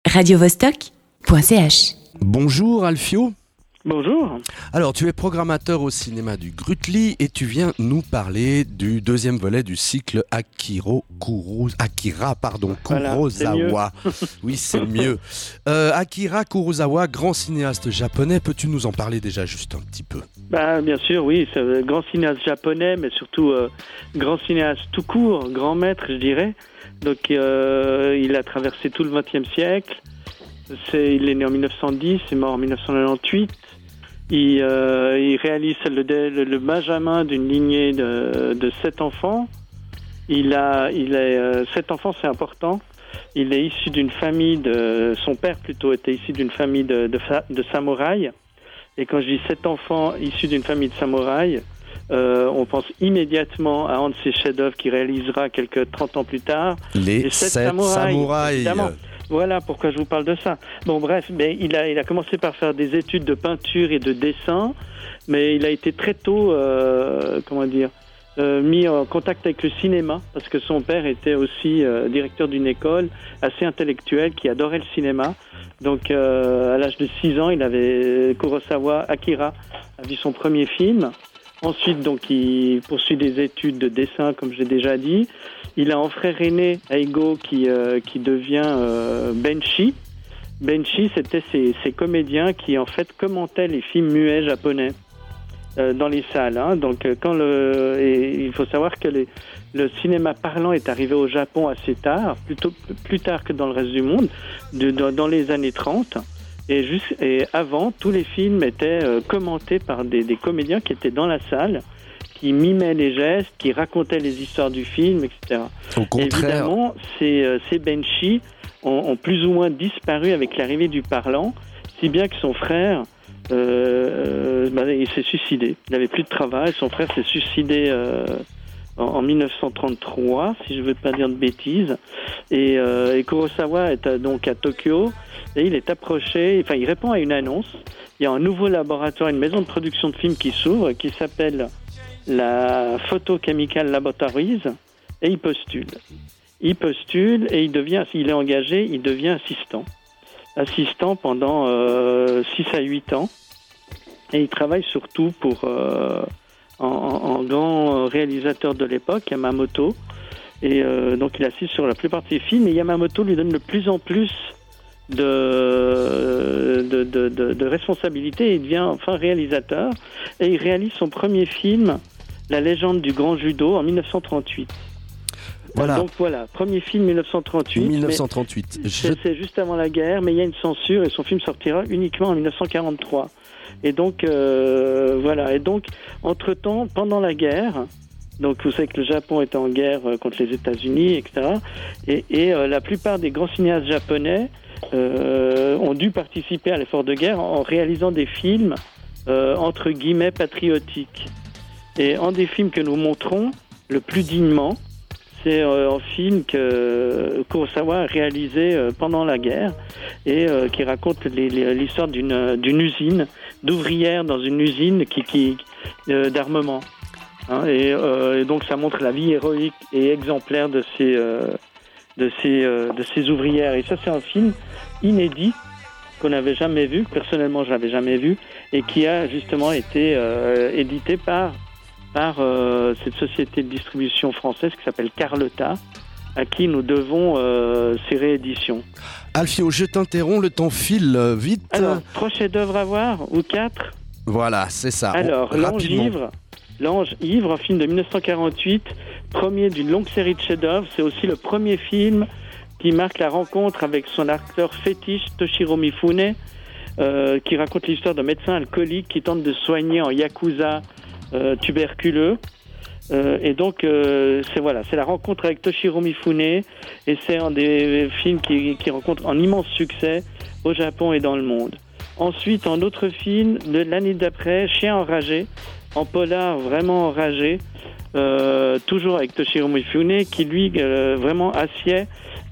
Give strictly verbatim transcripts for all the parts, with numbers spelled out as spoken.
radio vostok point c h. Bonjour Alfio. Bonjour. Alors, tu es programmateur au cinéma du Grutli et tu viens nous parler du deuxième volet du cycle Akiro Kuru... Akira pardon, Kurosawa. Voilà, c'est oui, c'est mieux. Euh, Akira Kurosawa, grand cinéaste japonais, peux-tu nous en parler déjà juste un petit peu ? Bah, bien sûr, oui, c'est un grand cinéaste japonais, mais surtout euh, grand cinéaste tout court, grand maître, je dirais. Donc, euh, il a traversé tout le vingtième siècle. C'est, il est né en dix-neuf cent dix, il est mort en dix-neuf cent quatre-vingt-dix-huit. Il, euh, il réalise le, le, le benjamin d'une lignée de, de sept enfants. Il a, il est euh, sept enfants, c'est important. Il est issu d'une famille de, son père plutôt était issu d'une famille de, de, de samouraïs. Et quand je dis sept enfants issus d'une famille de samouraïs, euh, on pense immédiatement à un de ses chefs-d'œuvre qu'il réalisera quelques trente ans plus tard. Les, Les sept, sept samouraïs. samouraïs. Évidemment. Voilà pourquoi je vous parle de ça. Bon, bref, mais il a, il a commencé par faire des études de peinture et de dessin, mais il a été très tôt, euh, comment dire, euh, mis en contact avec le cinéma, parce que son père était aussi euh, directeur d'une école assez intellectuelle qui adorait le cinéma. Donc, euh, à l'âge de six ans, il avait Kurosawa, Akira, a vu son premier film. Ensuite, donc, il poursuit des études de dessin, comme j'ai déjà dit. Il a un frère aîné, Eigo, qui, euh, qui devient euh, Benshi. Benshi, c'était ces, ces comédiens qui, en fait, commentaient les films muets japonais euh, dans les salles. Hein. Donc, quand le, et il faut savoir que les, le cinéma parlant est arrivé au Japon assez tard, plutôt plus tard que dans le reste du monde, de, dans, dans les années trente. Et, juste, et avant, tous les films étaient euh, commentés par des, des comédiens qui étaient dans la salle, qui mimaient les gestes, qui racontaient les histoires du film, et cetera. Au contraire. Évidemment, ces, euh, ces Benshi ont, ont plus ou moins disparu avec l'arrivée du parlant, si bien que son frère, euh, bah, il s'est suicidé. Il n'avait plus de travail, son frère s'est suicidé euh, en, en dix-neuf cent trente-trois, si je ne veux pas dire de bêtises. Et, euh, et Kurosawa est à, donc à Tokyo. Et il est approché, enfin il répond à une annonce. Il y a un nouveau laboratoire, une maison de production de films qui s'ouvre, qui s'appelle la Photochemical Laboratories, et il postule. Il postule et il devient, s'il est engagé, il devient assistant. Assistant pendant euh, six à huit ans. Et il travaille surtout pour euh, en, en grand réalisateur de l'époque, Yamamoto. Et euh, donc il assiste sur la plupart de ses films, et Yamamoto lui donne de plus en plus De, de, de, de, de responsabilité et il devient enfin réalisateur et il réalise son premier film, La légende du grand judo, en dix-neuf cent trente-huit. Voilà. Donc voilà, premier film dix-neuf cent trente-huit. dix-neuf cent trente-huit. Je... Je... C'est juste avant la guerre, mais il y a une censure et son film sortira uniquement en dix-neuf cent quarante-trois. Et donc euh, voilà, et donc entre-temps, pendant la guerre, donc vous savez que le Japon est en guerre contre les États-Unis, et cetera. Et, et euh, la plupart des grands cinéastes japonais Euh, ont dû participer à l'effort de guerre en réalisant des films euh, entre guillemets patriotiques. Et un des films que nous montrons le plus dignement, c'est euh, un film que Kurosawa a réalisé euh, pendant la guerre et euh, qui raconte les, les, l'histoire d'une, d'une usine, d'ouvrières dans une usine qui, qui, euh, d'armement. Hein, et, euh, et donc ça montre la vie héroïque et exemplaire de ces... Euh, de ces, euh, de ces ouvrières. Et ça, c'est un film inédit qu'on n'avait jamais vu, personnellement, je l'avais jamais vu, et qui a justement été euh, édité par, par euh, cette société de distribution française qui s'appelle Carlotta, à qui nous devons euh, ces rééditions. Alfio, je t'interromps, le temps file vite. Alors, trois chefs-d'œuvre à voir, ou quatre ? Voilà, c'est ça. Alors, On, L'Ange ivre, L'Ange ivre, un film de dix-neuf cent quarante-huit, premier d'une longue série de chefs-d'œuvre. C'est aussi le premier film qui marque la rencontre avec son acteur fétiche Toshiro Mifune, euh, qui raconte l'histoire d'un médecin alcoolique qui tente de soigner un yakuza euh, tuberculeux. Euh, et donc, euh, c'est voilà, c'est la rencontre avec Toshiro Mifune, et c'est un des films qui, qui rencontre un immense succès au Japon et dans le monde. Ensuite, un autre film de l'année d'après, Chien enragé, en polar vraiment enragé, euh, toujours avec Toshiro Mifune, qui lui euh, vraiment assied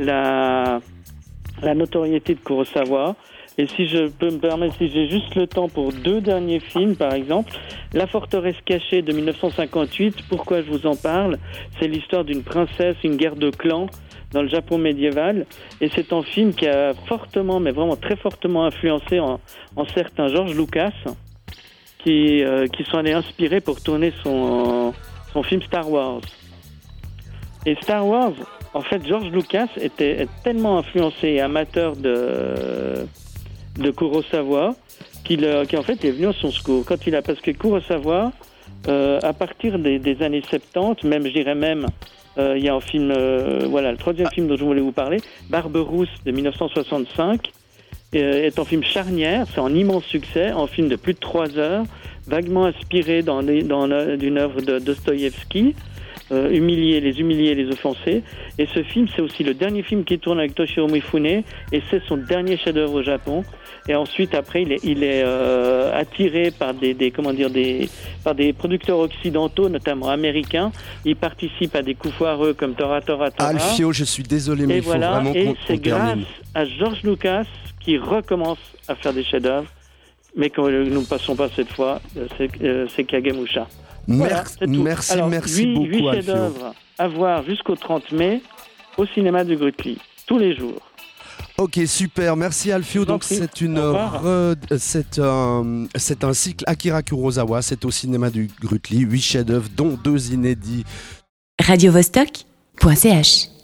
la, la notoriété de Kurosawa. Et si je peux me permettre, si j'ai juste le temps pour deux derniers films, par exemple, La forteresse cachée de dix-neuf cent cinquante-huit, pourquoi je vous en parle ? C'est l'histoire d'une princesse, une guerre de clans, dans le Japon médiéval. Et c'est un film qui a fortement, mais vraiment très fortement influencé en, en certains George Lucas, qui, euh, qui sont allés inspirer pour tourner son, son film Star Wars. Et Star Wars, en fait, George Lucas était tellement influencé et amateur de, de Kurosawa qu'il qu'en fait est venu à son secours. Quand il a, parce que Kurosawa, euh, à partir des, des années soixante-dix, même, je dirais même, euh, il y a un film, euh, voilà, le troisième film dont je voulais vous parler, Barberousse de dix-neuf cent soixante-cinq, euh, est un film charnière, c'est un immense succès, un film de plus de trois heures, vaguement inspiré dans, dans, d'une œuvre de Dostoïevski. Euh, humilier, les humilier, les offenser. Et ce film, c'est aussi le dernier film qui tourne avec Toshiro Mifune, et c'est son dernier chef-d'œuvre au Japon. Et ensuite, après, il est, il est euh, attiré par des, des, comment dire, des, par des producteurs occidentaux, notamment américains. Il participe à des coups foireux comme Tora Tora Tora. Alfio, je suis désolé, mais et il faut voilà, vraiment et qu'on, c'est qu'on grâce termine. à George Lucas qui recommence à faire des chefs-d'œuvre, mais que nous ne passons pas cette fois, c'est, euh, c'est Kagemusha. Voilà, Merci, merci, Alors, merci huit, beaucoup, huit Alfio. chefs-d'œuvre à voir jusqu'au trente mai au cinéma du Grutli, tous les jours. Ok, super, merci Alfio. Donc c'est une re... c'est un c'est un cycle Akira Kurosawa, c'est au cinéma du Grutli, huit chefs-d'œuvre dont deux inédits. radio vostok point c h